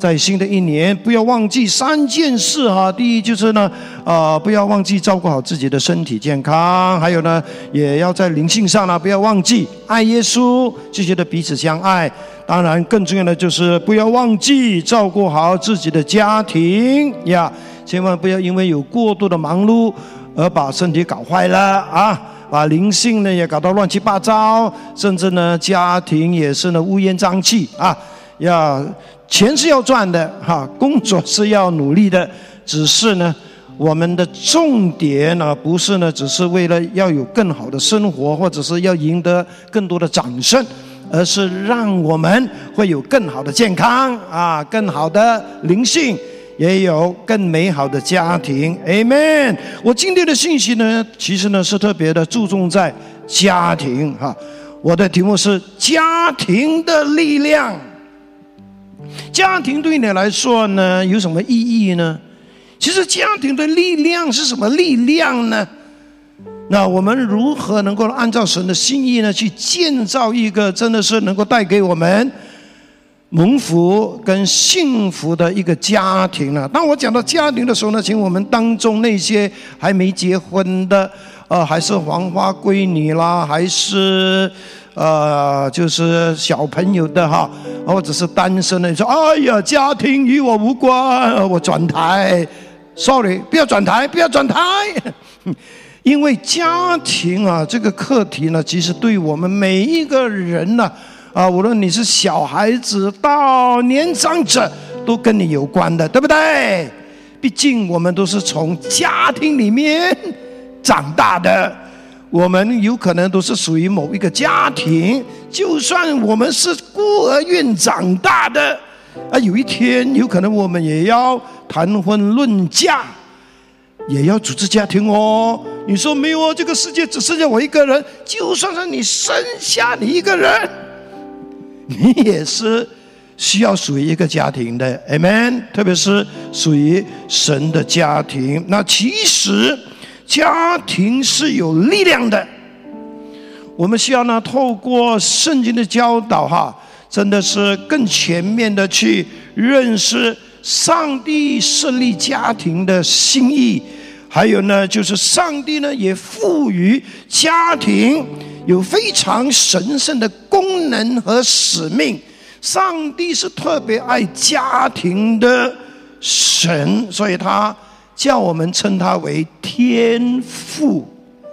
在新的一年不要忘记3件事哈。第一就是呢，不要忘记照顾好自己的身体健康，还有呢，也要在灵性上呢，不要忘记爱耶稣，这些的彼此相爱。当然，更重要的就是不要忘记照顾好自己的家庭呀，千万不要因为有过度的忙碌而把身体搞坏了啊，把灵性呢也搞到乱七八糟，甚至呢家庭也是呢乌烟瘴气啊。钱是要赚的哈，工作是要努力的，只是呢我们的重点呢不是呢只是为了要有更好的生活，或者是要赢得更多的掌声，而是让我们会有更好的健康啊，更好的灵性，也有更美好的家庭 Amen。 我今天的信息呢其实呢是特别的注重在家庭哈，我的题目是家庭的力量。家庭对你来说呢有什么意义呢？其实家庭的力量是什么力量呢？那我们如何能够按照神的心意呢去建造一个真的是能够带给我们蒙福跟幸福的一个家庭呢？当我讲到家庭的时候呢，请我们当中那些还没结婚的还是黄花闺女啦，还是就是小朋友的哈，或者是单身的，你说哎呀家庭与我无关，我转台 sorry， 不要转台，不要转台因为家庭啊这个课题呢，其实对我们每一个人呢无论你是小孩子到年长者都跟你有关的，对不对？毕竟我们都是从家庭里面长大的，我们有可能都是属于某一个家庭，就算我们是孤儿院长大的有一天有可能我们也要谈婚论嫁，也要组织家庭哦。你说没有哦，这个世界只剩下我一个人，就算是你生下你一个人，你也是需要属于一个家庭的 Amen， 特别是属于神的家庭。那其实家庭是有力量的，我们需要呢透过圣经的教导哈，真的是更全面的去认识上帝设立家庭的心意，还有呢就是上帝呢也赋予家庭有非常神圣的功能和使命。上帝是特别爱家庭的神，所以他叫我们称他为天父。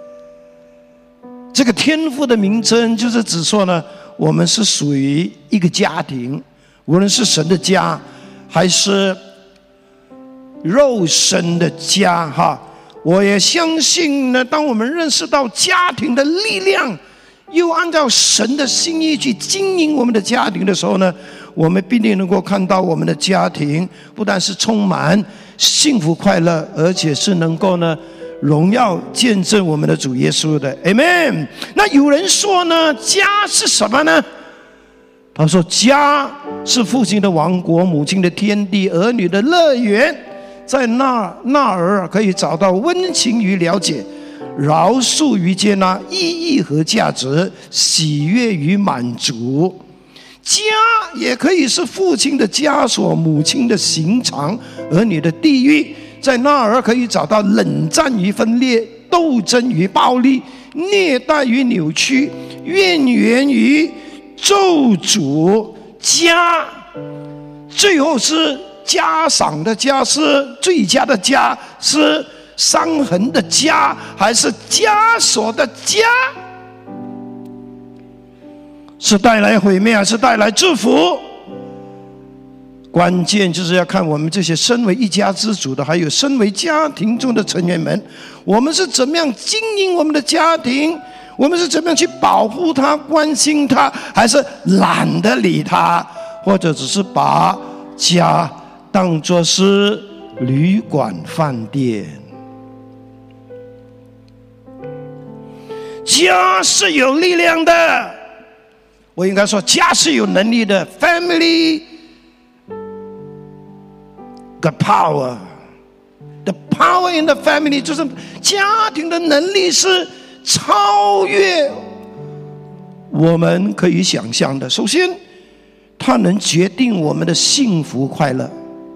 这个天父的名称就是指说呢，我们是属于一个家庭，无论是神的家还是肉身的家哈。我也相信呢，当我们认识到家庭的力量，又按照神的心意去经营我们的家庭的时候呢，我们必定能够看到我们的家庭不但是充满幸福快乐，而且是能够呢荣耀见证我们的主耶稣的 Amen。 那有人说呢，家是什么呢？他说家是父亲的王国，母亲的天地，儿女的乐园，在那儿可以找到温情与了解，饶恕与接纳，意义和价值，喜悦与满足。家也可以是父亲的枷锁，母亲的刑场，儿女的地狱，在那儿可以找到冷战与分裂，斗争与暴力，虐待与扭曲，怨言与咒诅。家最后是家赏的家，是最佳的家，是伤痕的家，还是枷锁的家？是带来毁灭还是带来祝福？关键就是要看我们这些身为一家之主的，还有身为家庭中的成员们，我们是怎么样经营我们的家庭，我们是怎么样去保护它、关心它，还是懒得理它，或者只是把家当作是旅馆饭店。家是有力量的，我应该说家是有能力的。 Family got power， the power in the family， 就是家庭的能力是超越我们可以想象的。首先它能决定我们的幸福快乐。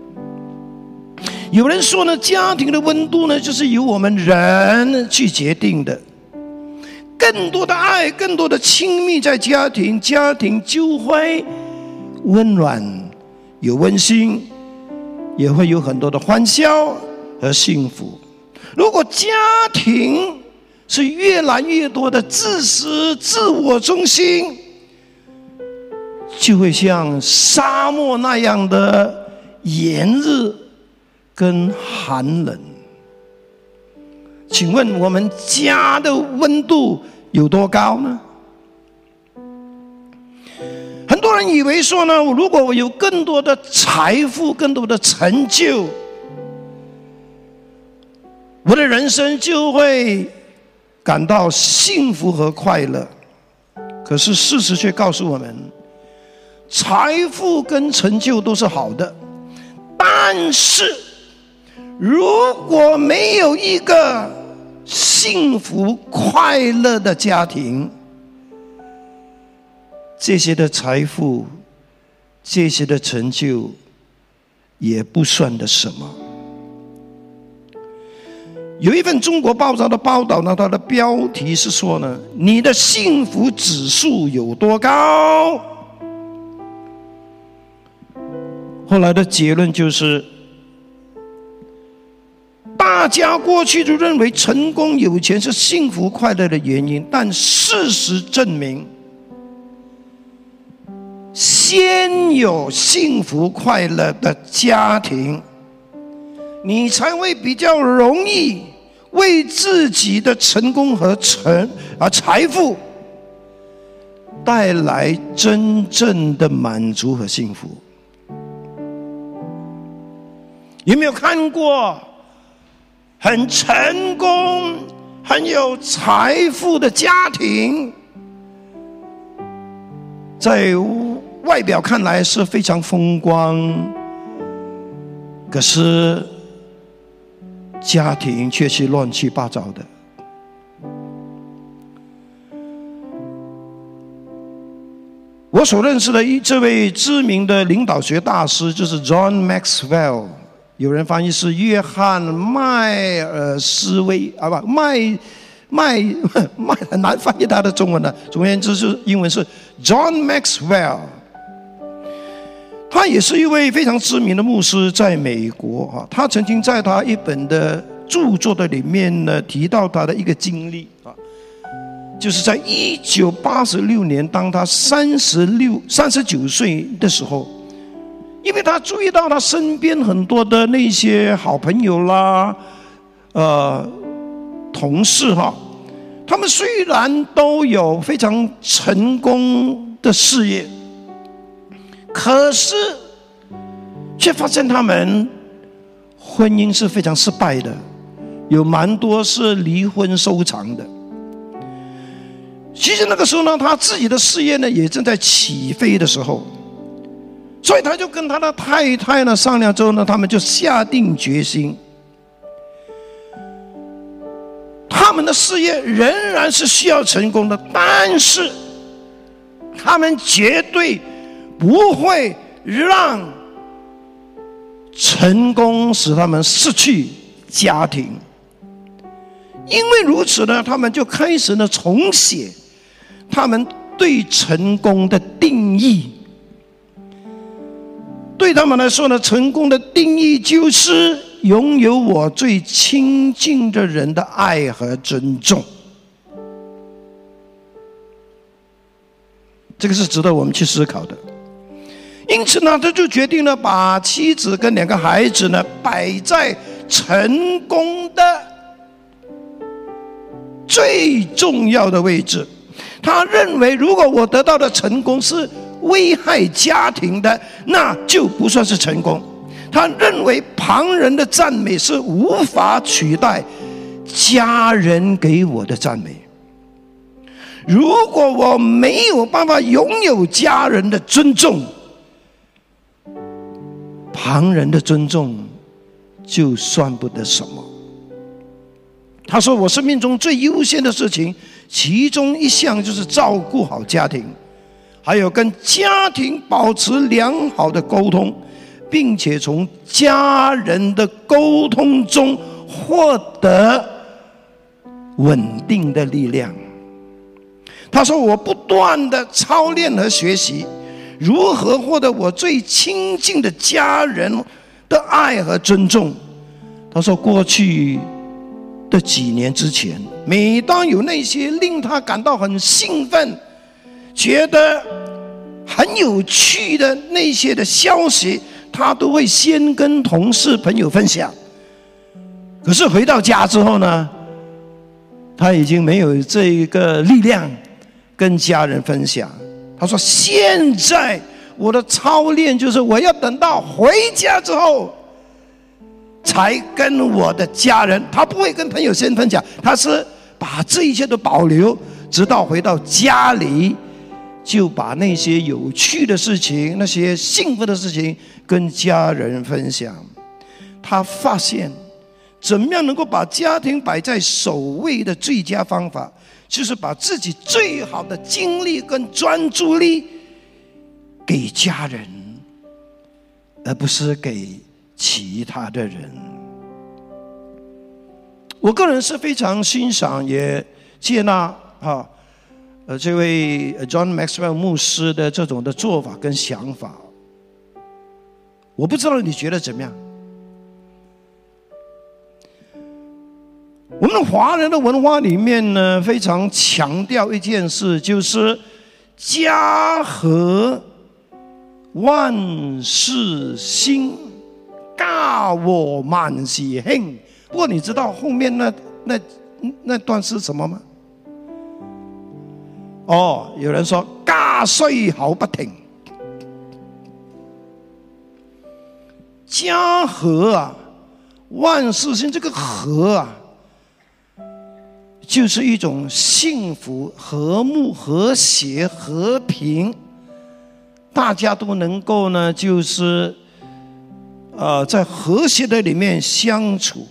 有人说呢，家庭的温度呢，就是由我们人去决定的。更多的爱，更多的亲密在家庭，家庭就会温暖，有温馨，也会有很多的欢笑和幸福。如果家庭是越来越多的自私、自我中心，就会像沙漠那样的炎热跟寒冷。请问我们家的温度有多高呢？很多人以为说呢，如果我有更多的财富、更多的成就，我的人生就会感到幸福和快乐。可是事实却告诉我们，财富跟成就都是好的，但是如果没有一个幸福快乐的家庭，这些的财富，这些的成就也不算得什么。有一份中国报章的报道呢，它的标题是说呢，你的幸福指数有多高？后来的结论就是，大家过去就认为成功有钱是幸福快乐的原因，但事实证明，先有幸福快乐的家庭，你才会比较容易为自己的成功和财富带来真正的满足和幸福。有没有看过很成功、很有财富的家庭，在外表看来是非常风光，可是家庭却是乱七八糟的。我所认识的这位知名的领导学大师就是 John Maxwell， 有人翻译是约翰麦尔斯威很难翻译他的中文的。总而言之，是英文是 John Maxwell。他也是一位非常知名的牧师，在美国他曾经在他一本的著作的里面呢，提到他的一个经历就是在1986年，当他39岁的时候，因为他注意到他身边很多的那些好朋友啦，同事他们虽然都有非常成功的事业，可是却发现他们婚姻是非常失败的，有蛮多是离婚收场的。其实那个时候呢，他自己的事业呢也正在起飞的时候，所以他就跟他的太太呢商量之后呢，他们就下定决心，他们的事业仍然是需要成功的，但是他们绝对不会让成功使他们失去家庭。因为如此呢，他们就开始呢重写他们对成功的定义。对他们来说呢，成功的定义就是拥有我最亲近的人的爱和尊重。这个是值得我们去思考的。因此呢，他就决定了把妻子跟2个孩子呢摆在成功的最重要的位置。他认为，如果我得到的成功是危害家庭的，那就不算是成功。他认为旁人的赞美是无法取代家人给我的赞美。如果我没有办法拥有家人的尊重，旁人的尊重就算不得什么。他说，我生命中最优先的事情，其中一项就是照顾好家庭， 还有跟家庭保持良好的沟通，并且从家人的沟通中获得稳定的力量。他说：“我不断的操练和学习，如何获得我最亲近的家人的爱和尊重。”他说：“过去的几年之前，每当有那些令他感到很兴奋、觉得很有趣的那些的消息，他都会先跟同事朋友分享。可是回到家之后呢，他已经没有这一个力量跟家人分享。他说现在我的操练就是我要等到回家之后才跟我的家人，他不会跟朋友先分享，他是把这一切都保留，直到回到家里就把那些有趣的事情、那些幸福的事情跟家人分享。他发现怎么样能够把家庭摆在首位的最佳方法，就是把自己最好的精力跟专注力给家人，而不是给其他的人。我个人是非常欣赏也接纳这位 John Maxwell 牧师的这种的做法跟想法。我不知道你觉得怎么样？我们华人的文化里面呢，非常强调一件事，就是家和万事兴，家和万事兴。不过你知道后面那段是什么吗？有人说家衰口不停。家和万事兴，这个和就是一种幸福、和睦、和谐、和平，大家都能够呢，就是在和谐的里面相处。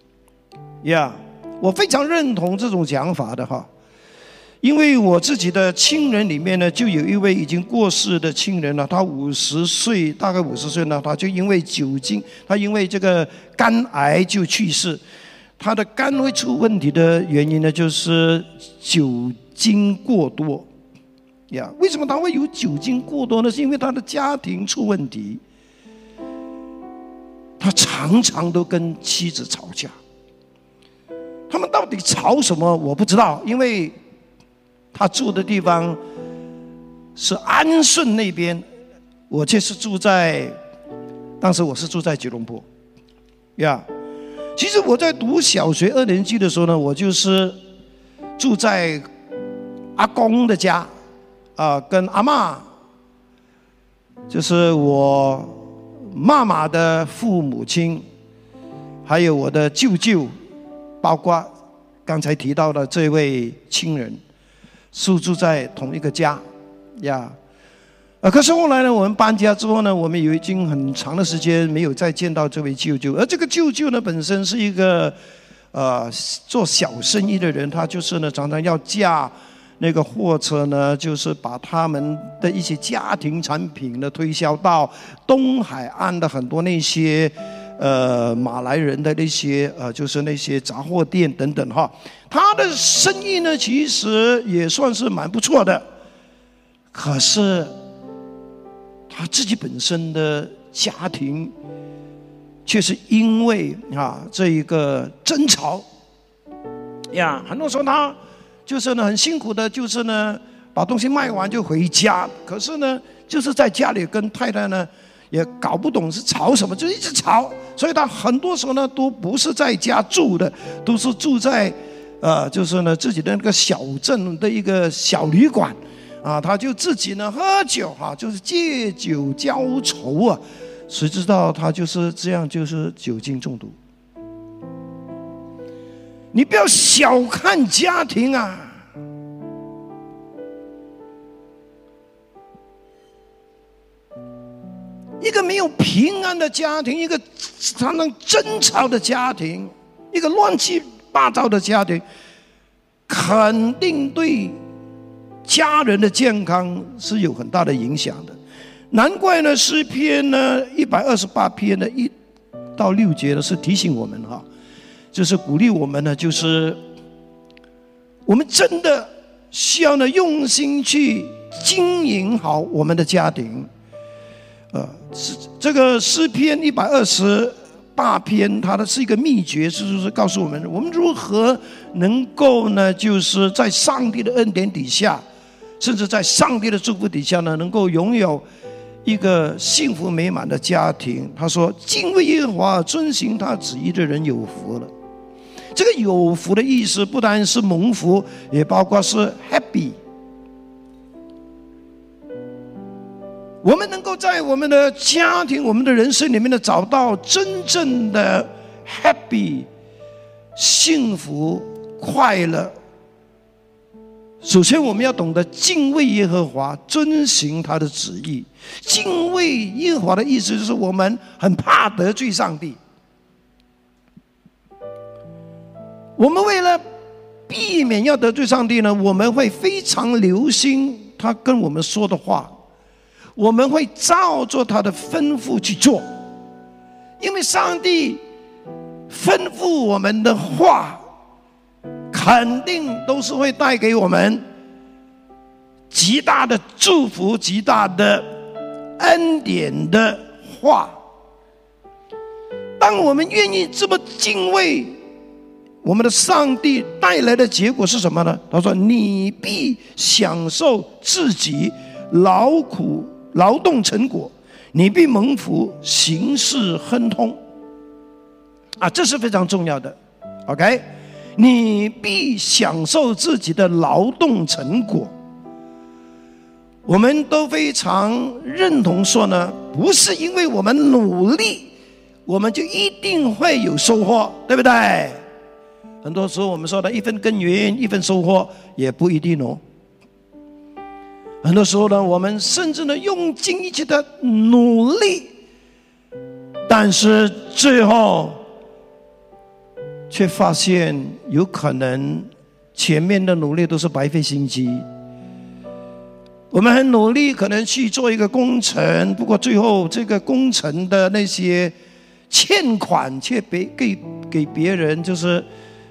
我非常认同这种讲法的因为我自己的亲人里面呢，就有一位已经过世的亲人了，他50岁，大概50岁呢，他就因为酒精，他因为这个肝癌就去世。他的肝会出问题的原因呢，就是酒精过多。为什么他会有酒精过多呢？是因为他的家庭出问题，他常常都跟妻子吵架。他们到底吵什么我不知道，因为他住的地方是安顺那边，我却是当时我是住在吉隆坡。其实我在读小学2年级的时候呢，我就是住在阿公的家，跟阿嬷，就是我妈妈的父母亲，还有我的舅舅，包括刚才提到的这位亲人，是住在同一个家可是后来呢，我们搬家之后呢，我们已经很长的时间没有再见到这位舅舅。而这个舅舅呢，本身是一个做小生意的人，他就是呢常常要驾那个货车呢，就是把他们的一些家庭产品呢推销到东海岸的很多那些马来人的那些就是那些杂货店等等他的生意呢其实也算是蛮不错的，可是他自己本身的家庭却是因为这一个争吵很多时候他就是呢很辛苦的，就是呢把东西卖完就回家，可是呢就是在家里跟太太呢也搞不懂是吵什么，就一直吵，所以他很多时候呢都不是在家住的，都是住在就是呢自己的那个小镇的一个小旅馆他就自己呢喝酒就是借酒浇愁谁知道他就是这样，就是酒精中毒。你不要小看家庭一个没有平安的家庭，一个常常争吵的家庭，一个乱七八糟的家庭，肯定对家人的健康是有很大的影响的。难怪呢，诗篇呢128篇的1到6节呢是提醒我们就是鼓励我们呢，就是我们真的需要呢用心去经营好我们的家庭。这个诗篇128篇，它的是一个秘诀，就是告诉我们如何能够呢，就是在上帝的恩典底下，甚至在上帝的祝福底下呢，能够拥有一个幸福美满的家庭。他说：“敬畏耶和华，遵行他旨意的人有福了。”这个有福的意思，不单是蒙福，也包括是 happy。我们能够在我们的家庭、我们的人生里面呢，找到真正的 happy、幸福、快乐。首先，我们要懂得敬畏耶和华，遵行他的旨意。敬畏耶和华的意思就是我们很怕得罪上帝。我们为了避免要得罪上帝呢，我们会非常留心他跟我们说的话，我们会照着他的吩咐去做，因为上帝吩咐我们的话肯定都是会带给我们极大的祝福、极大的恩典的话。当我们愿意这么敬畏我们的上帝，带来的结果是什么呢？他说：“你必享受自己劳动成果，你必蒙福，行事亨通。”这是非常重要的。OK， 你必享受自己的劳动成果。我们都非常认同说呢，不是因为我们努力，我们就一定会有收获，对不对？很多时候我们说的一分耕耘一分收获也不一定哦。很多时候呢，我们甚至呢用尽一切的努力，但是最后却发现有可能前面的努力都是白费心机。我们很努力，可能去做一个工程，不过最后这个工程的那些欠款却给别人就是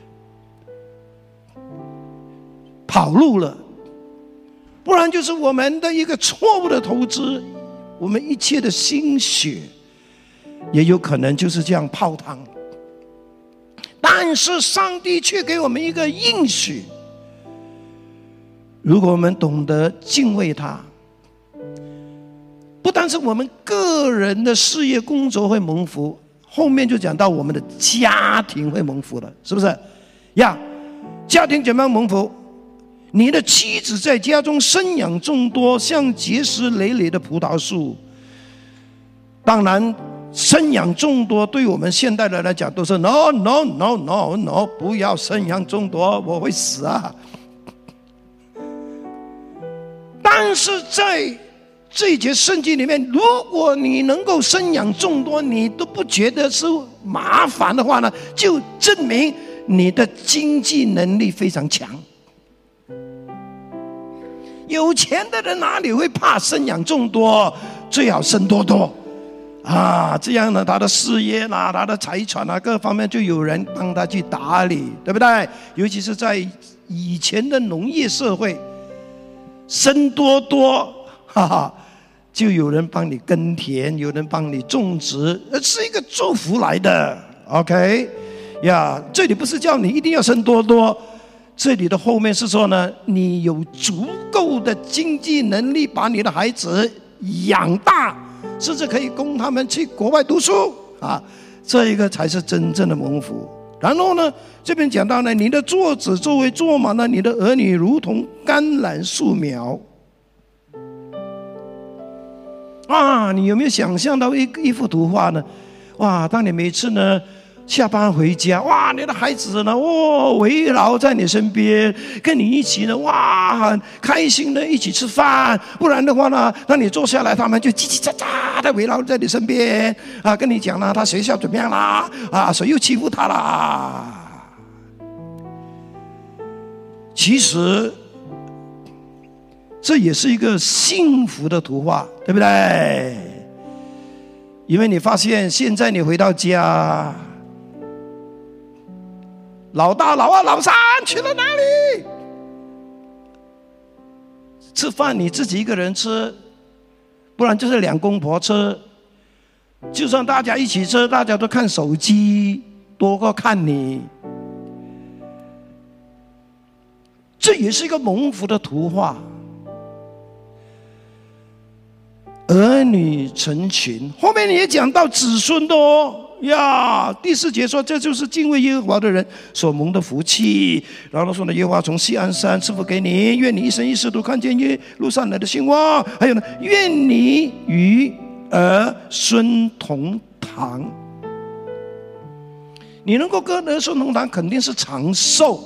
跑路了，不然就是我们的一个错误的投资，我们一切的心血也有可能就是这样泡汤。但是上帝却给我们一个应许，如果我们懂得敬畏他，不单是我们个人的事业工作会蒙福，后面就讲到我们的家庭会蒙福了，是不是呀？家庭怎么样蒙福？你的妻子在家中生养众多，像结实累累的葡萄树。当然生养众多对我们现代人来讲都是 no， 不要生养众多，我会死啊。但是在这一节圣经里面，如果你能够生养众多，你都不觉得是麻烦的话呢，就证明你的经济能力非常强。有钱的人哪里会怕生养众多？最好生多多这样呢，他的事业啦、他的财产啊，各方面就有人帮他去打理，对不对？尤其是在以前的农业社会，生多多就有人帮你耕田，有人帮你种植，是一个祝福来的。OK 呀，这里不是叫你一定要生多多，这里的后面是说呢，你有足够的经济能力把你的孩子养大，甚至可以供他们去国外读书这一个才是真正的蒙福。然后呢，这边讲到呢，你的坐子作为坐马呢，你的儿女如同橄榄树苗。你有没有想象到一幅图画呢？当你每次呢下班回家，你的孩子呢，围绕在你身边，跟你一起呢，很开心的一起吃饭。不然的话呢，当你坐下来，他们就叽叽喳喳的围绕在你身边跟你讲他学校怎么样啦，谁又欺负他啦。其实这也是一个幸福的图画，对不对？因为你发现现在你回到家，老大、老二、老三去了哪里？吃饭你自己一个人吃，不然就是两公婆吃。就算大家一起吃，大家都看手机多过看你。这也是一个蒙福的图画。儿女成群，后面也讲到子孙的呀。第4节说，这就是敬畏耶和华的人所蒙的福气。然后说呢，耶和华从锡安山赐福给你，愿你一生一世都看见耶路撒冷的兴旺。还有呢，愿你与儿孙同堂。你能够跟儿孙同堂，肯定是长寿。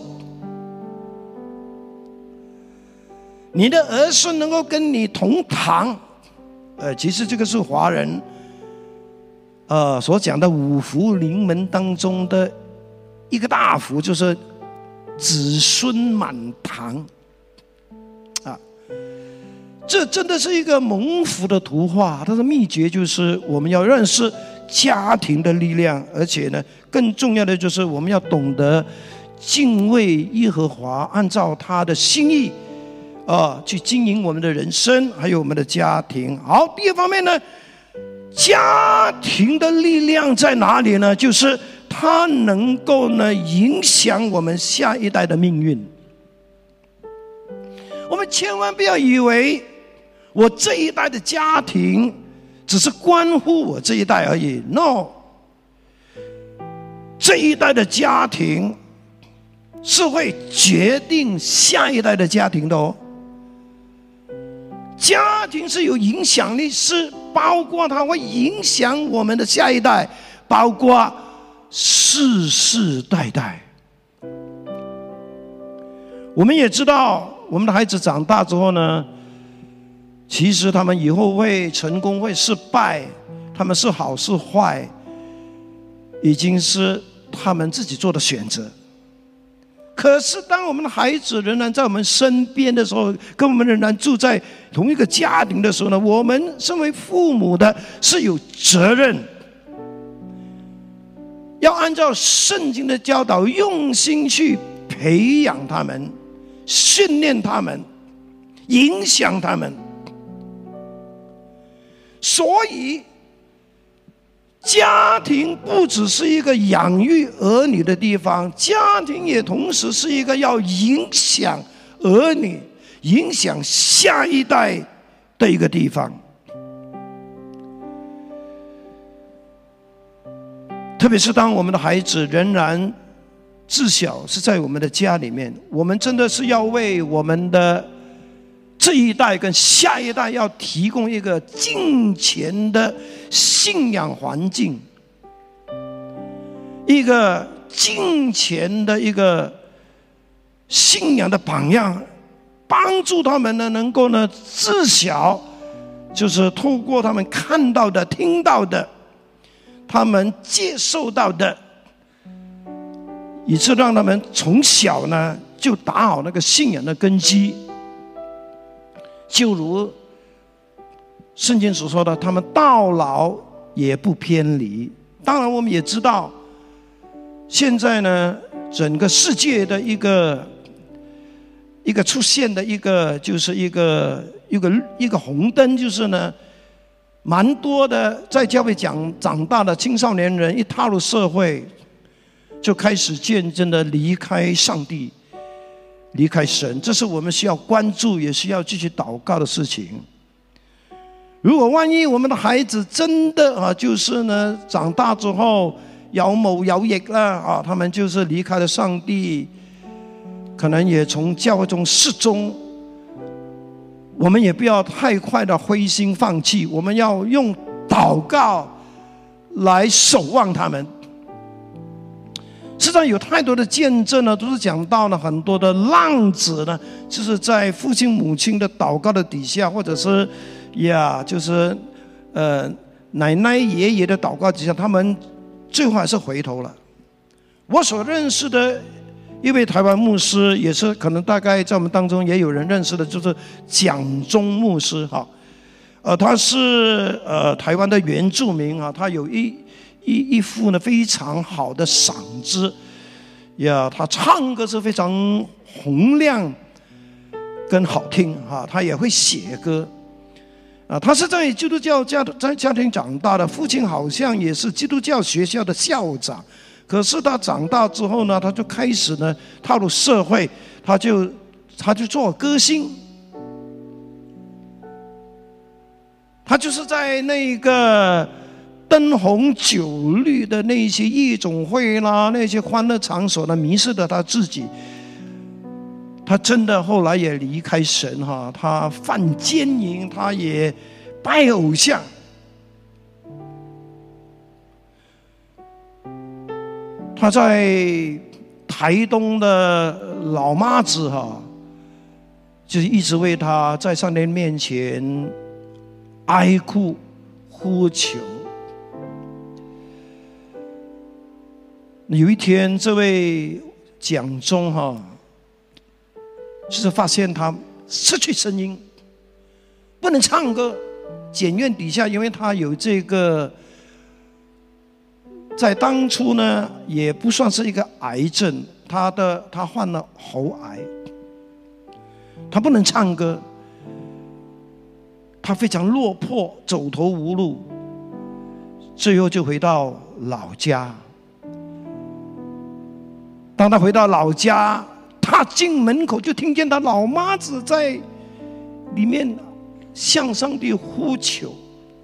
你的儿孙能够跟你同堂，其实这个是华人所讲的五福临门当中的一个大福，就是子孙满堂啊。这真的是一个蒙福的图画。它的秘诀就是我们要认识家庭的力量，而且呢，更重要的就是我们要懂得敬畏耶和华，按照他的心意去经营我们的人生，还有我们的家庭。好，第二方面呢，家庭的力量在哪里呢？就是它能够呢影响我们下一代的命运。我们千万不要以为我这一代的家庭只是关乎我这一代而已。No， 这一代的家庭是会决定下一代的家庭的哦。家庭是有影响力，是包括它会影响我们的下一代，包括世世代代。我们也知道，我们的孩子长大之后呢，其实他们以后会成功会失败，他们是好是坏，已经是他们自己做的选择。可是当我们的孩子仍然在我们身边的时候，跟我们仍然住在同一个家庭的时候呢，我们身为父母的是有责任，要按照圣经的教导，用心去培养他们，训练他们，影响他们。所以家庭不只是一个养育儿女的地方，家庭也同时是一个要影响儿女、影响下一代的一个地方。特别是当我们的孩子仍然自小是在我们的家里面，我们真的是要为我们的这一代跟下一代要提供一个敬虔的信仰环境，一个敬虔的一个信仰的榜样，帮助他们呢能够呢自小就是透过他们看到的、听到的、他们接受到的，以致让他们从小呢就打好那个信仰的根基。就如圣经所说的，他们到老也不偏离。当然我们也知道，现在呢整个世界的一个出现的就是一个红灯，就是呢蛮多的在教会长大的青少年人一踏入社会，就开始渐渐的离开上帝，离开神。这是我们需要关注也需要继续祷告的事情。如果万一我们的孩子真的就是呢长大之后有谋有业了他们就是离开了上帝，可能也从教会中失踪，我们也不要太快的灰心放弃，我们要用祷告来守望他们。实际上有太多的见证呢，都是讲到了很多的浪子呢，就是在父亲母亲的祷告的底下，或者是就是奶奶爷爷的祷告底下，他们最后还是回头了。我所认识的一位台湾牧师，也是可能大概在我们当中也有人认识的，就是蒋忠牧师哈。他是台湾的原住民啊，他有一副呢非常好的嗓子呀，他唱歌是非常洪亮跟好听哈，他也会写歌啊。他是在基督教家庭长大的，父亲好像也是基督教学校的校长。可是他长大之后呢，他就开始呢踏入社会，他就做歌星。他就是在那个灯红酒绿的那些夜总会啦，那些欢乐场所呢，迷失了他自己。他真的后来也离开神哈，他犯奸淫，他也拜偶像。他在台东的老妈子哈，就是一直为他在上帝面前哀哭呼求。有一天，这位蒋忠哈，就是发现他失去声音，不能唱歌。检院底下，因为他有这个，在当初呢，也不算是一个癌症，他患了喉癌，他不能唱歌。他非常落魄，走投无路，最后就回到老家。当他回到老家，踏进门口就听见他老妈子在里面向上帝呼求。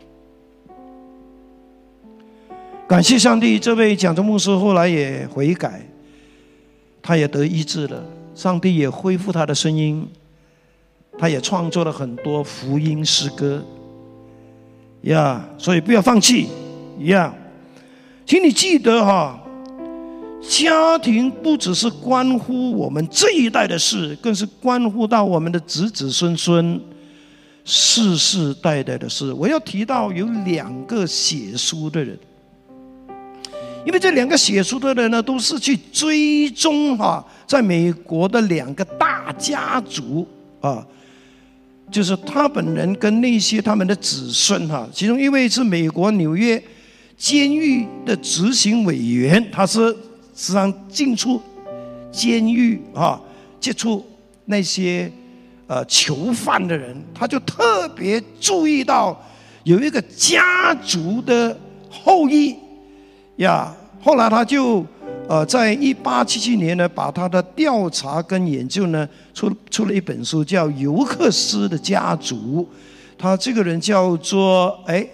感谢上帝，这位蒋忠牧师后来也悔改，他也得医治了，上帝也恢复他的声音。他也创作了很多福音诗歌呀，所以不要放弃呀。请你记得哈，家庭不只是关乎我们这一代的事，更是关乎到我们的子子孙孙、世世代代的事。我要提到有2个写书的人，因为这2个写书的人呢，都是去追踪在美国的2个大家族啊。就是他本人跟那些他们的子孙其中一位是美国纽约监狱的执行委员，他是时常进出监狱接触那些囚犯的人，他就特别注意到有一个家族的后裔呀。后来他就在1877年呢，把他的调查跟研究呢出了一本书，叫《尤克斯的家族》。他这个人叫做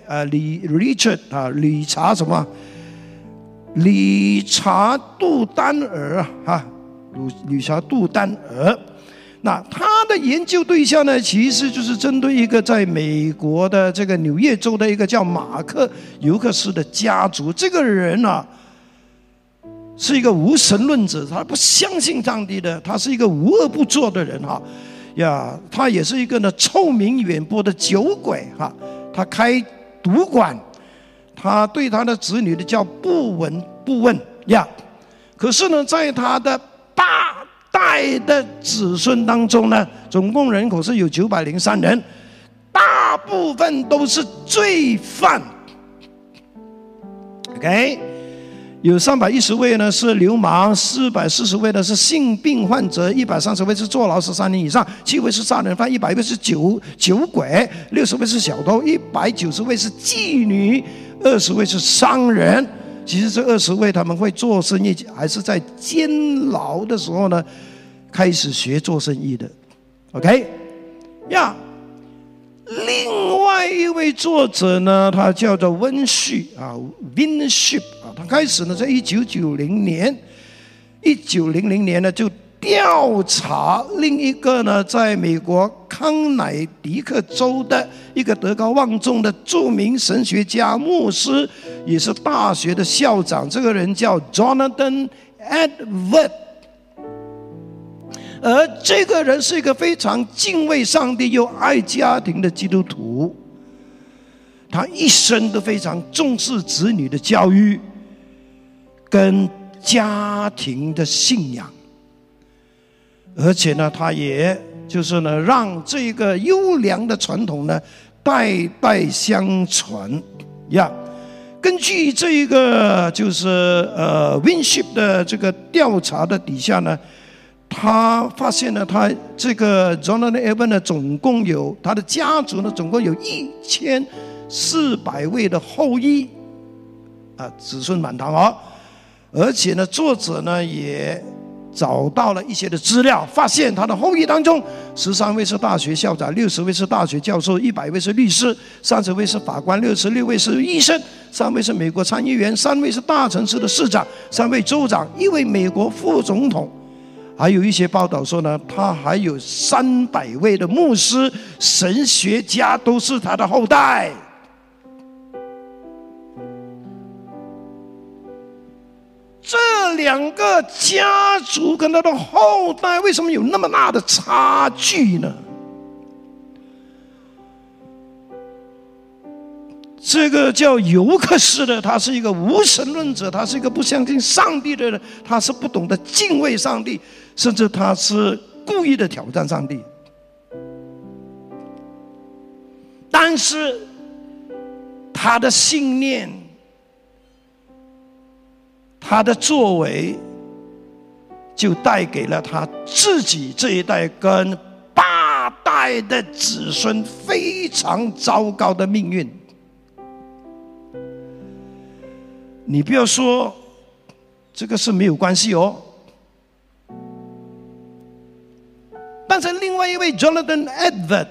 理查什么？理查杜丹尔理查杜丹尔。那他的研究对象呢，其实就是针对一个在美国的这个纽约州的一个叫马克尤克斯的家族。这个人是一个无神论者，他不相信上帝的，他是一个无恶不作的人他也是一个呢臭名远播的酒鬼他开赌馆，他对他的子女的叫不问可是呢，在他的8代的子孙当中呢，总共人口是有903人，大部分都是罪犯。OK。有310位呢是流氓，440位呢是性病患者，130位是坐牢13年以上，7位是杀人犯，100位是酒鬼，60位是小偷，190位是妓女，20位是商人。其实这20位他们会做生意，还是在监牢的时候呢开始学做生意的。OK 另外一位作者呢，他叫做温旭Winship 他开始呢在1900年呢就调查另一个呢在美国康乃狄克州的一个德高望重的著名神学家牧师，也是大学的校长，这个人叫 Jonathan Edwards。而这个人是一个非常敬畏上帝又爱家庭的基督徒，他一生都非常重视子女的教育跟家庭的信仰。 而且呢，他也就是呢，让这个优良的传统呢代代相传呀。根据这一个就是Winship 的这个调查的底下呢，他发现呢，他这个 Jonathan Edwards 呢，总共有他的家族呢，总共有1400位的后裔啊，子孙满堂哦。而且呢，作者呢也找到了一些的资料，发现他的后裔当中，13位是大学校长，60位是大学教授，100位是律师，30位是法官，66位是医生，3位是美国参议员，3位是大城市的市长，3位州长，1位美国副总统。还有一些报道说呢，他还有300位的牧师、神学家都是他的后代。这2个家族跟他的后代为什么有那么大的差距呢？这个叫尤克斯的，他是一个无神论者，他是一个不相信上帝的人，他是不懂得敬畏上帝，甚至他是故意的挑战上帝。但是他的信念，他的作为，就带给了他自己这一代跟8代的子孙非常糟糕的命运。你不要说这个是没有关系哦，但是另外一位 Jonathan Edwards，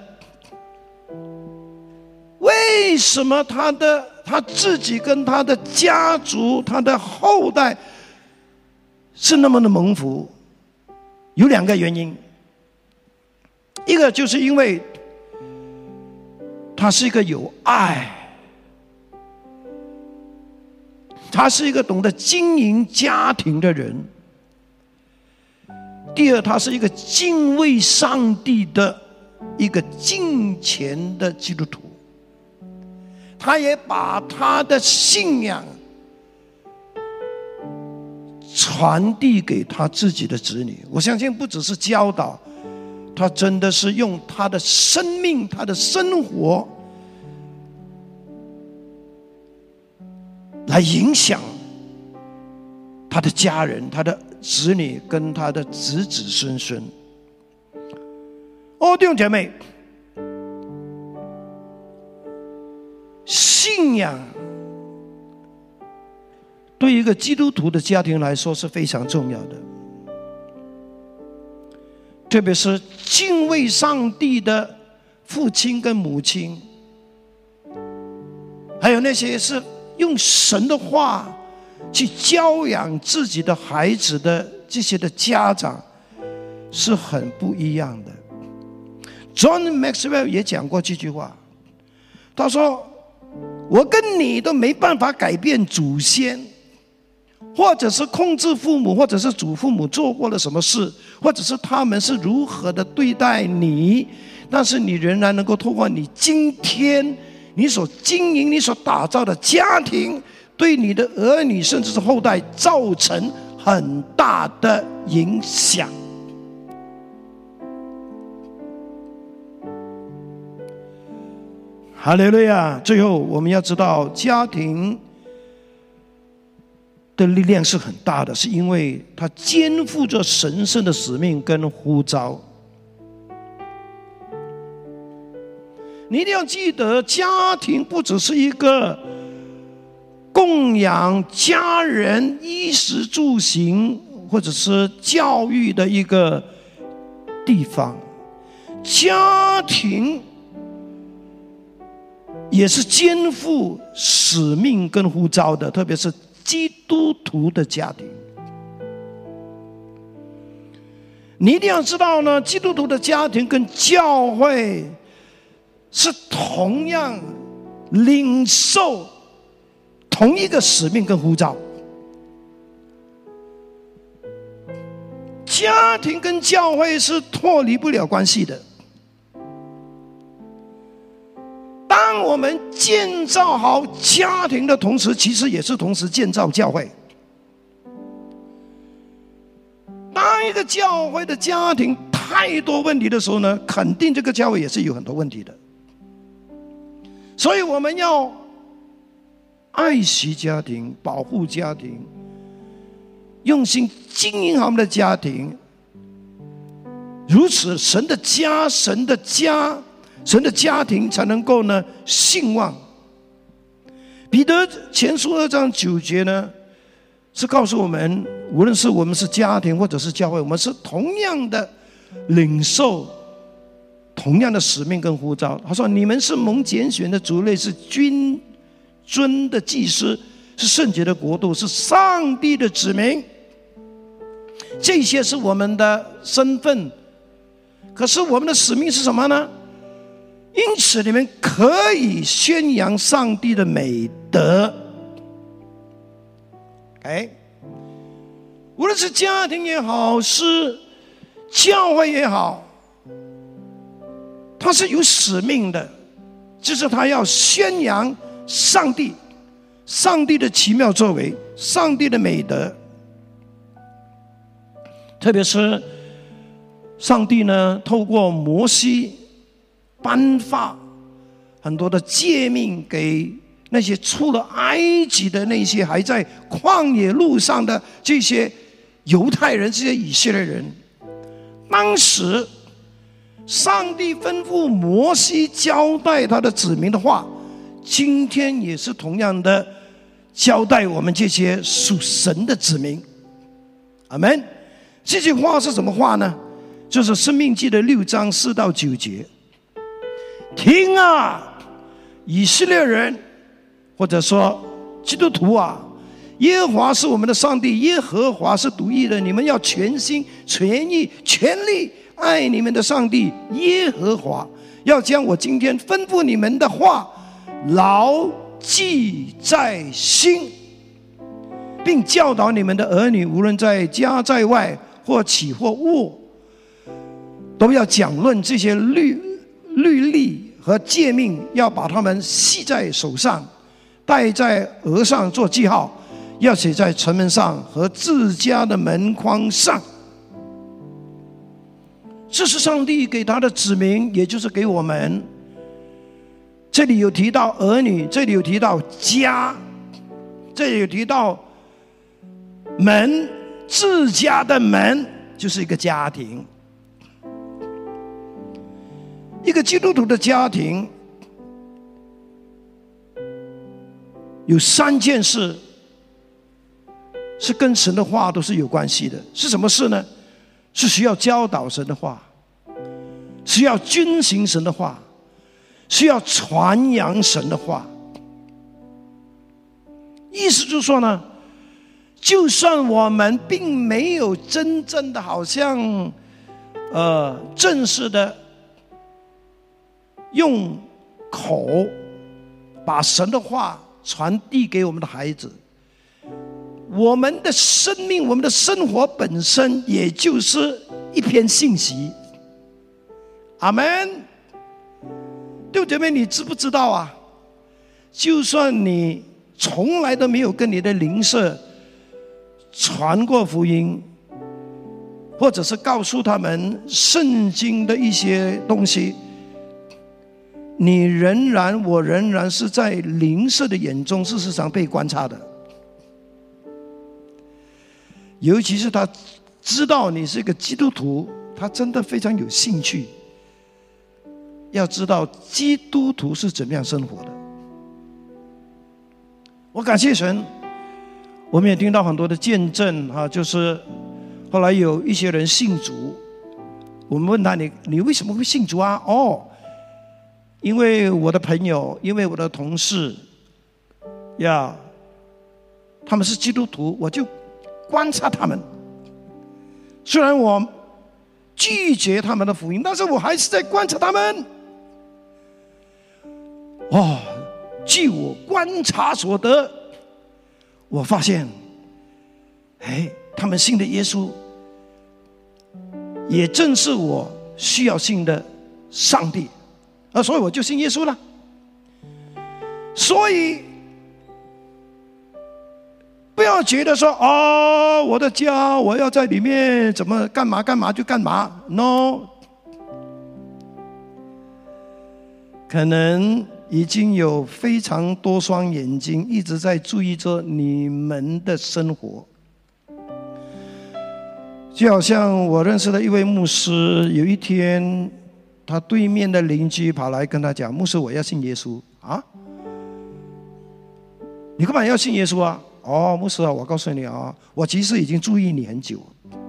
为什么他自己跟他的家族、他的后代是那么的蒙福？有2个原因，一个就是因为他是一个有爱，他是一个懂得经营家庭的人；第二，他是一个敬畏上帝的一个敬虔的基督徒。他也把他的信仰传递给他自己的子女。我相信不只是教导，他真的是用他的生命、他的生活来影响他的家人、他的子女跟他的子子孙孙。哦，弟兄姐妹，信仰对一个基督徒的家庭来说是非常重要的，特别是敬畏上帝的父亲跟母亲，还有那些是用神的话去教养自己的孩子的这些的家长，是很不一样的。John Maxwell 也讲过这句话，他说：我跟你都没办法改变祖先，或者是控制父母，或者是祖父母做过了什么事，或者是他们是如何的对待你，但是你仍然能够透过你今天你所经营、你所打造的家庭，对你的儿女甚至是后代造成很大的影响。哈利路亚！最后我们要知道，家庭的力量是很大的，是因为它肩负着神圣的使命跟呼召。你一定要记得，家庭不只是一个供养家人衣食住行或者是教育的一个地方，家庭也是肩负使命跟呼召的，特别是基督徒的家庭。你一定要知道呢，基督徒的家庭跟教会是同样领受同一个使命跟呼召。家庭跟教会是脱离不了关系的。当我们建造好家庭的同时，其实也是同时建造教会。当一个教会的家庭太多问题的时候呢，肯定这个教会也是有很多问题的。所以我们要爱惜家庭，保护家庭，用心经营好我们的家庭。如此，神的家庭才能够呢兴旺。彼得前书2章9节呢，是告诉我们，无论是我们是家庭或者是教会，我们是同样的领受同样的使命跟呼召。他说：“你们是蒙拣选的族类，是君尊的祭司，是圣洁的国度，是上帝的子民。”这些是我们的身份。可是我们的使命是什么呢？因此你们可以宣扬上帝的美德。无论是家庭也好，是教会也好，他是有使命的，就是他要宣扬上帝的奇妙作为，上帝的美德。特别是上帝呢，透过摩西颁发很多的诫命给那些出了埃及的那些还在旷野路上的这些犹太人，这些以色列人。当时上帝吩咐摩西交代他的子民的话，今天也是同样的交代我们这些属神的子民。阿们。这句话是什么话呢？就是申命记的6章4到9节。听啊，以色列人，或者说基督徒啊，耶和华是我们的上帝，耶和华是独一的，你们要全心全意全力爱你们的上帝耶和华，要将我今天吩咐你们的话牢记在心，并教导你们的儿女，无论在家在外，或起或卧，都要讲论这些律例和诫命，要把它们系在手上，戴在额上做记号，要写在城门上和自家的门框上。这是上帝给他的子民，也就是给我们。这里有提到儿女，这里有提到家，这里有提到门，自家的门就是一个家庭。一个基督徒的家庭有3件事是跟神的话都是有关系的。是什么事呢？是需要教导神的话，是要遵行神的话，是要传扬神的话。意思就是说呢，就算我们并没有真正的好像正式的用口把神的话传递给我们的孩子，我们的生命，我们的生活本身也就是一篇信息。阿们。弟兄姐妹，你知不知道啊？就算你从来都没有跟你的邻舍传过福音，或者是告诉他们圣经的一些东西，我仍然是在邻舍的眼中事实上被观察的。尤其是他知道你是一个基督徒，他真的非常有兴趣要知道基督徒是怎么样生活的。我感谢神，我们也听到很多的见证啊，就是后来有一些人信主，我们问他你为什么会信主啊？因为我的朋友，因为我的同事呀，他们是基督徒，我就观察他们。虽然我拒绝他们的福音，但是我还是在观察他们。据我观察所得，我发现他们信的耶稣也正是我需要信的上帝，所以我就信耶稣了。所以不要觉得说我的家我要在里面怎么干嘛干嘛就干嘛 ，no。可能已经有非常多双眼睛一直在注意着你们的生活。就好像我认识的一位牧师，有一天他对面的邻居跑来跟他讲：“牧师，我要信耶稣啊！你干嘛要信耶稣啊？”“牧师啊，我告诉你啊，我其实已经注意你很久，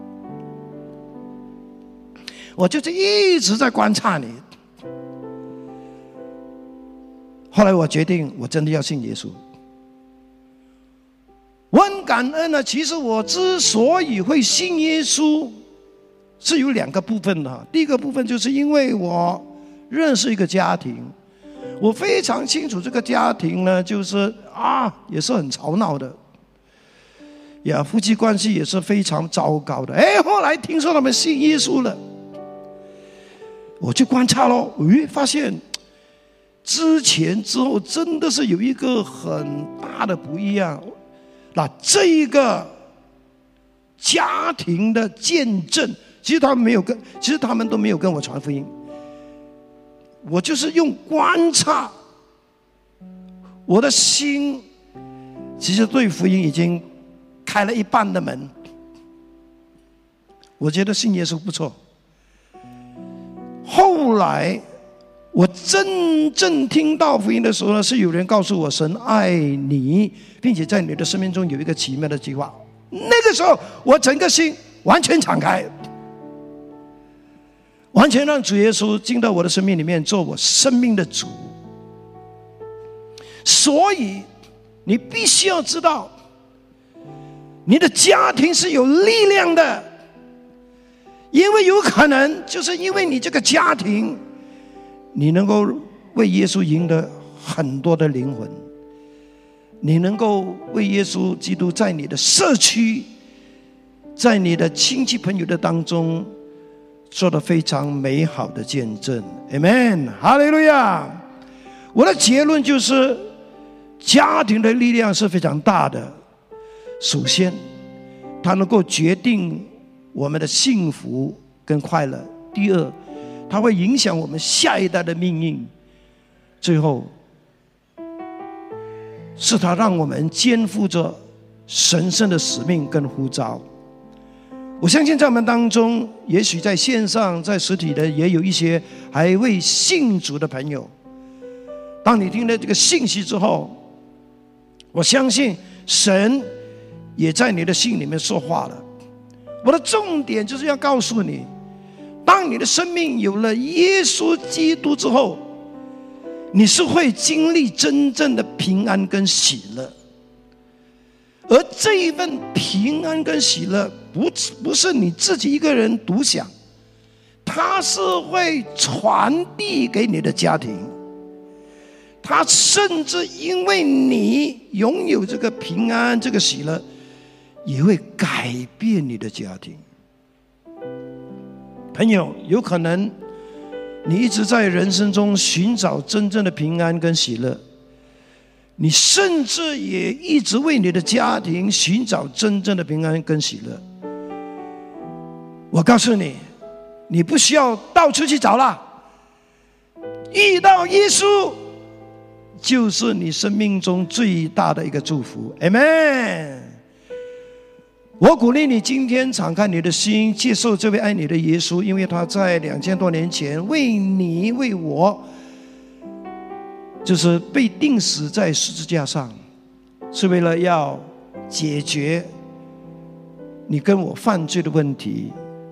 我就是一直在观察你。后来我决定，我真的要信耶稣。我很感恩呢。其实我之所以会信耶稣，是有2个部分的。第一个部分就是因为我认识一个家庭，我非常清楚这个家庭呢，就是也是很吵闹的，夫妻关系也是非常糟糕的。后来听说他们信耶稣了，我去观察咯，发现之前之后真的是有一个很大的不一样。那这一个家庭的见证，其实他们都没有跟我传福音，我就是用观察，我的心其实对福音已经开了一半的门。我觉得信耶稣不错。后来我真正听到福音的时候呢，是有人告诉我神爱你，并且在你的生命中有一个奇妙的计划。那个时候我整个心完全敞开，完全让主耶稣进到我的生命里面，做我生命的主。所以你必须要知道，你的家庭是有力量的，因为有可能就是因为你这个家庭，你能够为耶稣赢得很多的灵魂，你能够为耶稣基督在你的社区，在你的亲戚朋友的当中做得非常美好的见证。 Amen， 哈利路亚。我的结论就是家庭的力量是非常大的。首先它能够决定我们的幸福跟快乐，第二它会影响我们下一代的命运，最后是它让我们肩负着神圣的使命跟呼召。我相信在我们当中，也许在线上在实体的也有一些还未信主的朋友，当你听了这个信息之后，我相信神也在你的心里面说话了。我的重点就是要告诉你，当你的生命有了耶稣基督之后，你是会经历真正的平安跟喜乐。而这一份平安跟喜乐不是你自己一个人独享，它是会传递给你的家庭，它甚至因为你拥有这个平安这个喜乐，也会改变你的家庭。朋友，有可能你一直在人生中寻找真正的平安跟喜乐，你甚至也一直为你的家庭寻找真正的平安跟喜乐。我告诉你，你不需要到处去找了，遇到耶稣就是你生命中最大的一个祝福。 Amen。 我鼓励你今天敞开你的心，接受这位爱你的耶稣，因为他在2000多年前为你为我，就是被钉死在十字架上，是为了要解决你跟我犯罪的问题，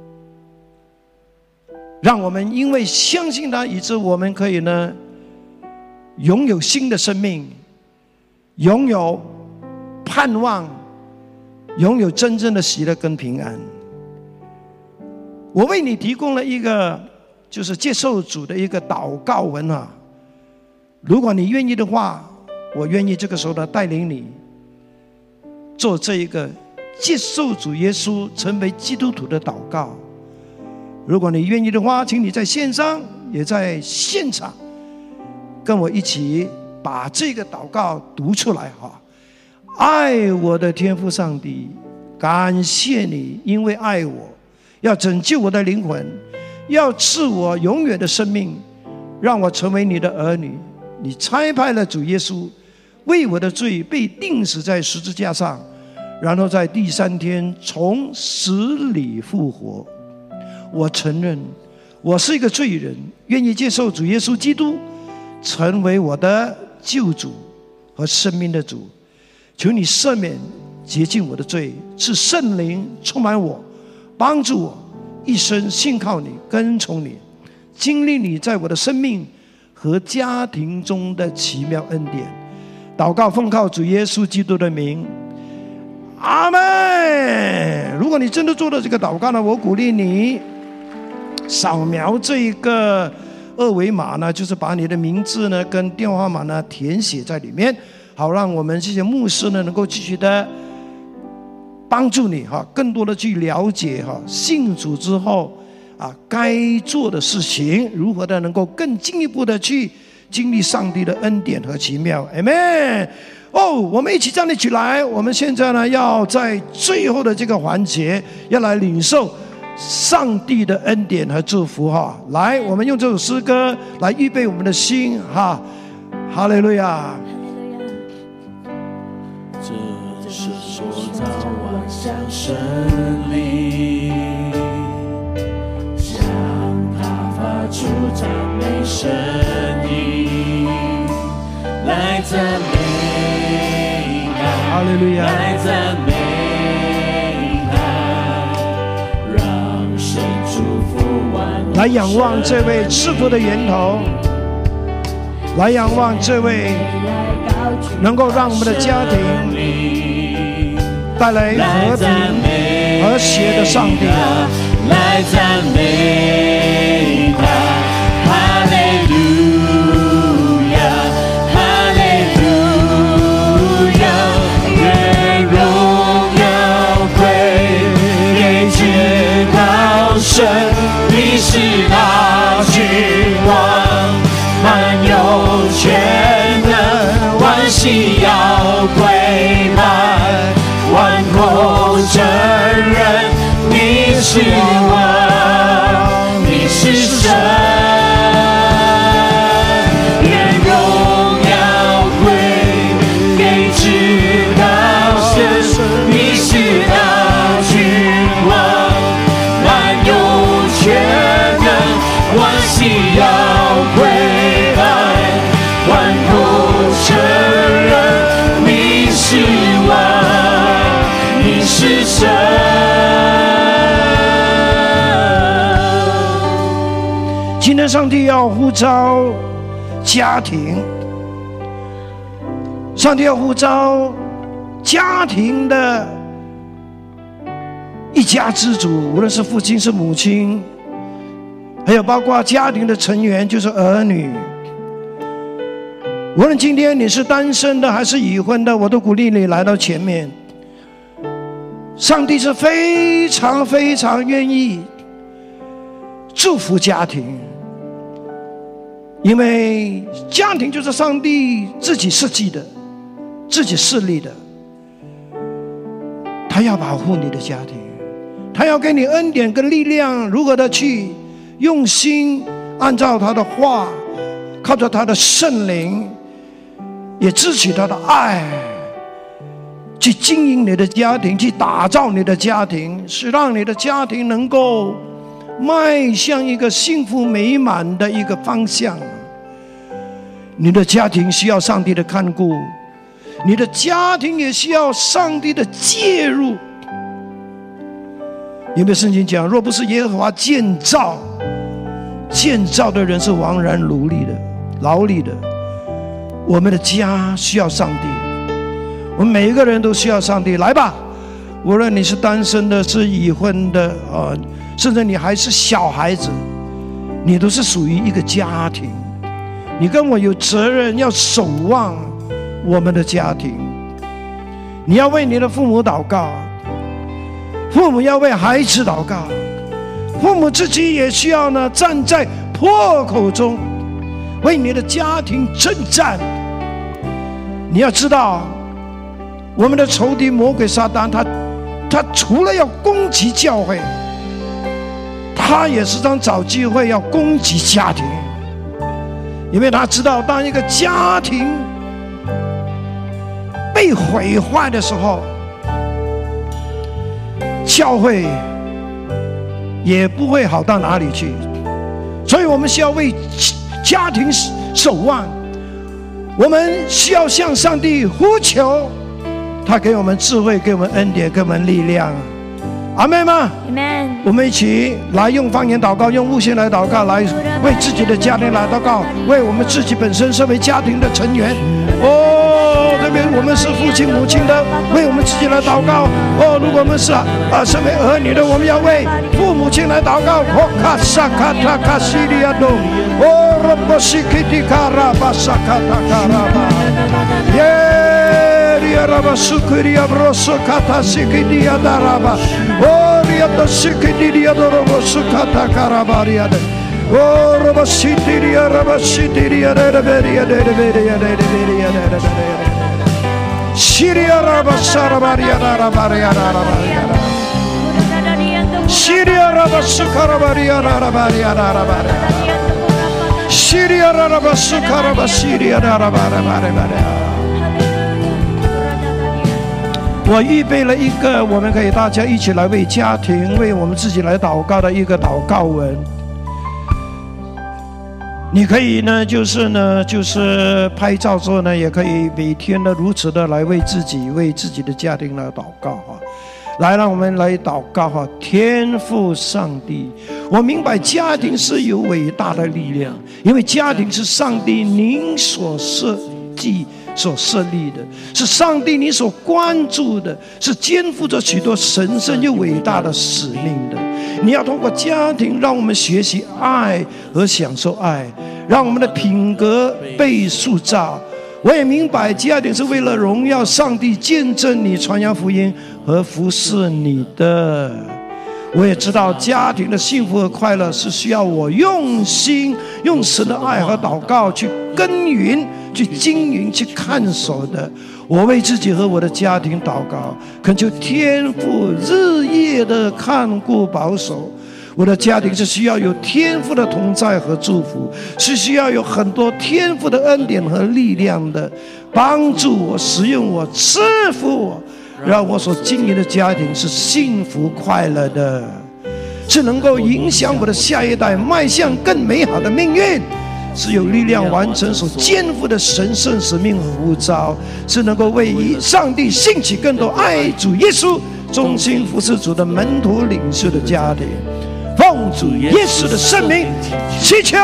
让我们因为相信他，以致我们可以呢拥有新的生命，拥有盼望，拥有真正的喜乐跟平安。我为你提供了一个就是接受主的一个祷告文啊，如果你愿意的话，我愿意这个时候呢带领你做这一个接受主耶稣成为基督徒的祷告。如果你愿意的话，请你在线上也在现场跟我一起把这个祷告读出来哈。 爱我的天父上帝，感谢你，因为爱我，要拯救我的灵魂，要赐我永远的生命，让我成为你的儿女。你差派了主耶稣，为我的罪被钉死在十字架上，然后在第3天从死里复活。我承认我是一个罪人，愿意接受主耶稣基督成为我的救主和生命的主。求你赦免洁净我的罪，赐圣灵充满我，帮助我一生信靠你，跟从你，经历你在我的生命和家庭中的奇妙恩典。祷告奉靠主耶稣基督的名，阿们。如果你真的做了这个祷告呢，我鼓励你扫描这个2维码呢，就是把你的名字呢跟电话号码呢填写在里面，好让我们这些牧师呢能够继续的帮助你更多的去了解信主之后该做的事情，如何的能够更进一步的去经历上帝的恩典和奇妙。 Amen。 我们一起站立起来，我们现在呢要在最后的这个环节要来领受上帝的恩典和祝福来，我们用这首诗歌来预备我们的心哈利路亚。 这是塑造万象生灵，向他发出赞美声音，来赞美他， 哈利路亚， 来赞美他，让神祝福万物， 来仰望这位赐福的源头，来仰望这位能够让我们的家庭带来和平和谐的上帝。 来赞美他，哈利路亚，哈利路亚，愿荣耀归给至高神，你是那君王，满有全能，万膝要跪拜，万口承认你是王，你是神，愿荣耀归给至高神，你是那君王，满有全能，万膝要跪拜，万口承认你是王，你是神。 今天上帝要呼召家庭，上帝要呼召家庭的一家之主，无论是父亲是母亲，还有包括家庭的成员，就是儿女。无论今天你是单身的还是已婚的，我都鼓励你来到前面。上帝是非常非常愿意祝福家庭，因为家庭就是上帝自己设计的，自己设立的。他要保护你的家庭，他要给你恩典跟力量，如何的去用心按照他的话，靠着他的圣灵，也支取他的爱，去经营你的家庭，去打造你的家庭，是让你的家庭能够迈向一个幸福美满的一个方向。你的家庭需要上帝的看顾，你的家庭也需要上帝的介入。因为圣经讲，若不是耶和华建造，建造的人是枉然劳力的。我们的家需要上帝，我们每一个人都需要上帝。来吧，无论你是单身的，是已婚的，甚至你还是小孩子，你都是属于一个家庭。你跟我有责任要守望我们的家庭。你要为你的父母祷告，父母要为孩子祷告，父母自己也需要呢站在破口中为你的家庭征战。你要知道， 我们的仇敌魔鬼撒旦，他除了要攻击教会，他也时常找机会要攻击家庭，因为他知道，当一个家庭被毁坏的时候，教会也不会好到哪里去。所以我们需要为家庭守望，我们需要向上帝呼求，他给我们智慧，给我们恩典，给我们力量。阿们吗？阿们。我们一起来用方言祷告，用悟性来祷告，来为自己的家庭来祷告，为我们自己本身身为家庭的成员。这边我们是父亲母亲的，为我们自己来祷告。如果我们是身为儿女的，我们要为父母亲来祷告。卡萨卡塔卡西利亚多，罗波西基蒂卡拉巴萨卡塔卡拉巴，耶利亚拉巴苏克利亚布罗索卡塔西基蒂亚达拉巴，利亚多西基蒂利亚多罗波苏卡塔卡拉巴利亚的。罗巴西蒂利亚，罗巴西蒂利亚，的贝利亚，的贝利亚，的贝利亚，的贝利亚。西利亚拉巴沙拉巴利亚，拉巴利亚，拉巴利亚。西利亚拉巴苏卡拉巴利亚，拉巴利亚，拉巴利亚。西利亚拉巴苏卡拉巴西利亚，拉巴利亚。我预备了一个，我们可以大家一起来为家庭、为我们自己来祷告的一个祷告文。你可以呢，就是拍照之后呢，也可以每天呢如此的来为自己的家庭来祷告哈。来，让我们来祷告哈。天父上帝，我明白家庭是有伟大的力量，因为家庭是上帝您所设计、所设立的，是上帝你所关注的，是肩负着许多神圣又伟大的使命的。你要通过家庭让我们学习爱和享受爱，让我们的品格被塑造。我也明白家庭是为了荣耀上帝，见证你，传扬福音和服侍你的。我也知道家庭的幸福和快乐是需要我用心用神的爱和祷告去耕耘、去经营、去看守的。我为自己和我的家庭祷告，恳求天父日夜的看顾保守。我的家庭是需要有天父的同在和祝福，是需要有很多天父的恩典和力量的，帮助我、使用我、赐福我，让我所经营的家庭是幸福快乐的，是能够影响我的下一代迈向更美好的命运，是有力量完成所肩负的神圣使命和呼召，是能够为上帝兴起更多爱主耶稣、忠心服侍主的门徒领袖的家庭。奉主耶稣的圣名祈求，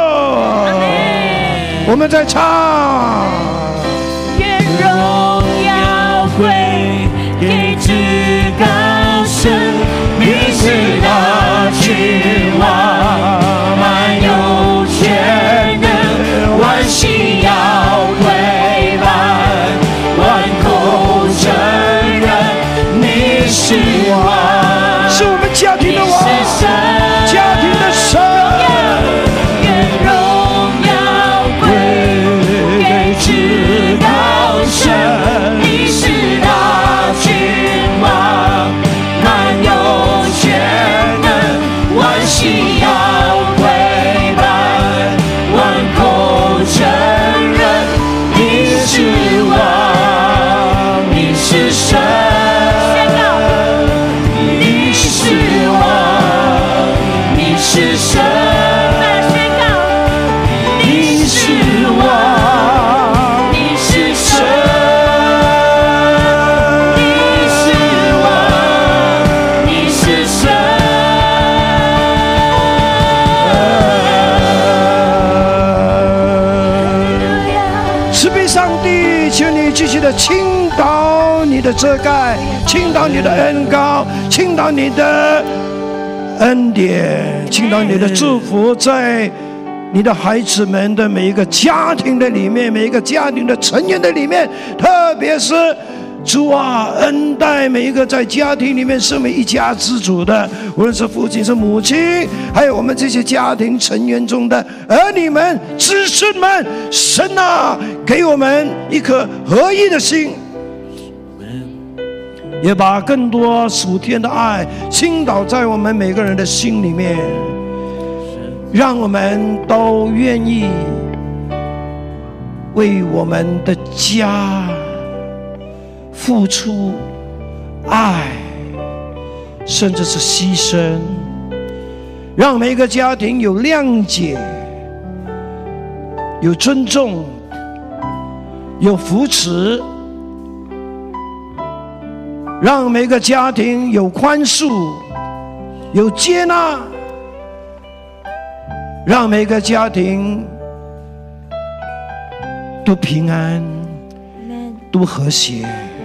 我们再唱。 愿荣耀归给至高神，你是那君王，满有全能，万膝要跪拜，万口承认你是王， 是我们家庭的王，家庭的神。 愿荣耀归给至高神，你是大君王，满有全能，万膝要跪拜，万口承认你是王，你是神。是神，宣告，你是王，你是神，你是王，你是神。 慈悲上帝，求你继续的倾倒你的遮盖，倾倒你的恩膏，倾倒你的恩典，倾倒你的祝福在你的孩子们的每一个家庭的里面，每一个家庭的成员的里面，特别是主啊，恩待每一个在家庭里面身为一家之主的，无论是父亲是母亲，还有我们这些家庭成员中的儿女们、子孙们，神啊，给我们一颗合一的心， 也把更多属天的爱倾倒在我们每个人的心里面，让我们都愿意为我们的家付出爱，甚至是牺牲，让每个家庭有谅解，有尊重，有扶持，让每个家庭有宽恕，有接纳，让每个家庭都平安，都和谐。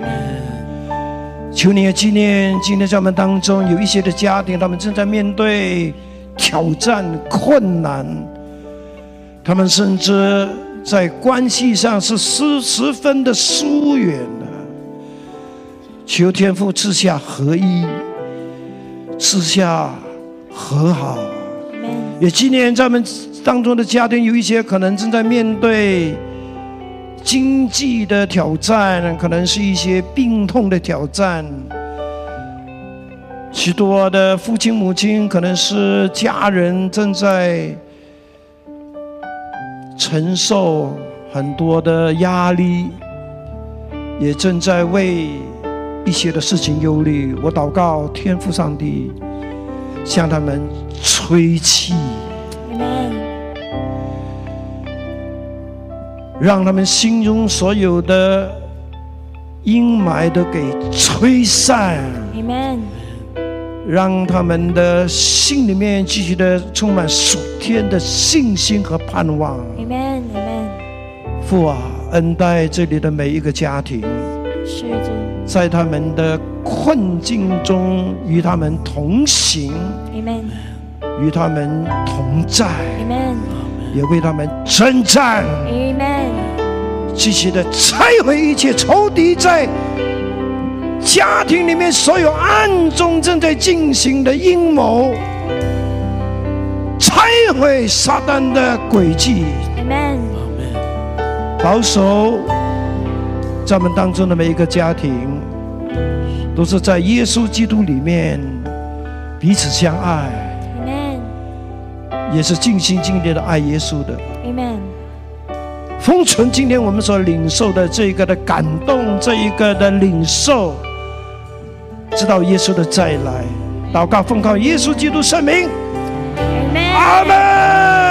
求你也纪念今天在我们当中有一些的家庭，他们正在面对挑战困难，他们甚至在关系上是十分的疏远的。求天父赐下合一，赐下和好。也纪念在我们当中的家庭有一些可能正在面对经济的挑战，可能是一些病痛的挑战，许多的父亲母亲可能是家人正在承受很多的压力，也正在为一些的事情忧虑。我祷告天父上帝向他们吹气，让他们心中所有的阴霾都给吹散，让他们的心里面继续的充满属天的信心和盼望。父啊，恩待这里的每一个家庭，在他们的困境中与他们同行，与他们同在，也为他们征战，继续的拆毁一切仇敌在家庭里面所有暗中正在进行的阴谋，拆毁撒旦的诡计，保守在我们当中的每一个家庭，都是在耶稣基督里面彼此相爱，也是尽心尽力的爱耶稣的。封存今天我们所领受的这一个的感动，这一个的领受，直到耶稣的再来。祷告奉靠耶稣基督圣名，阿们。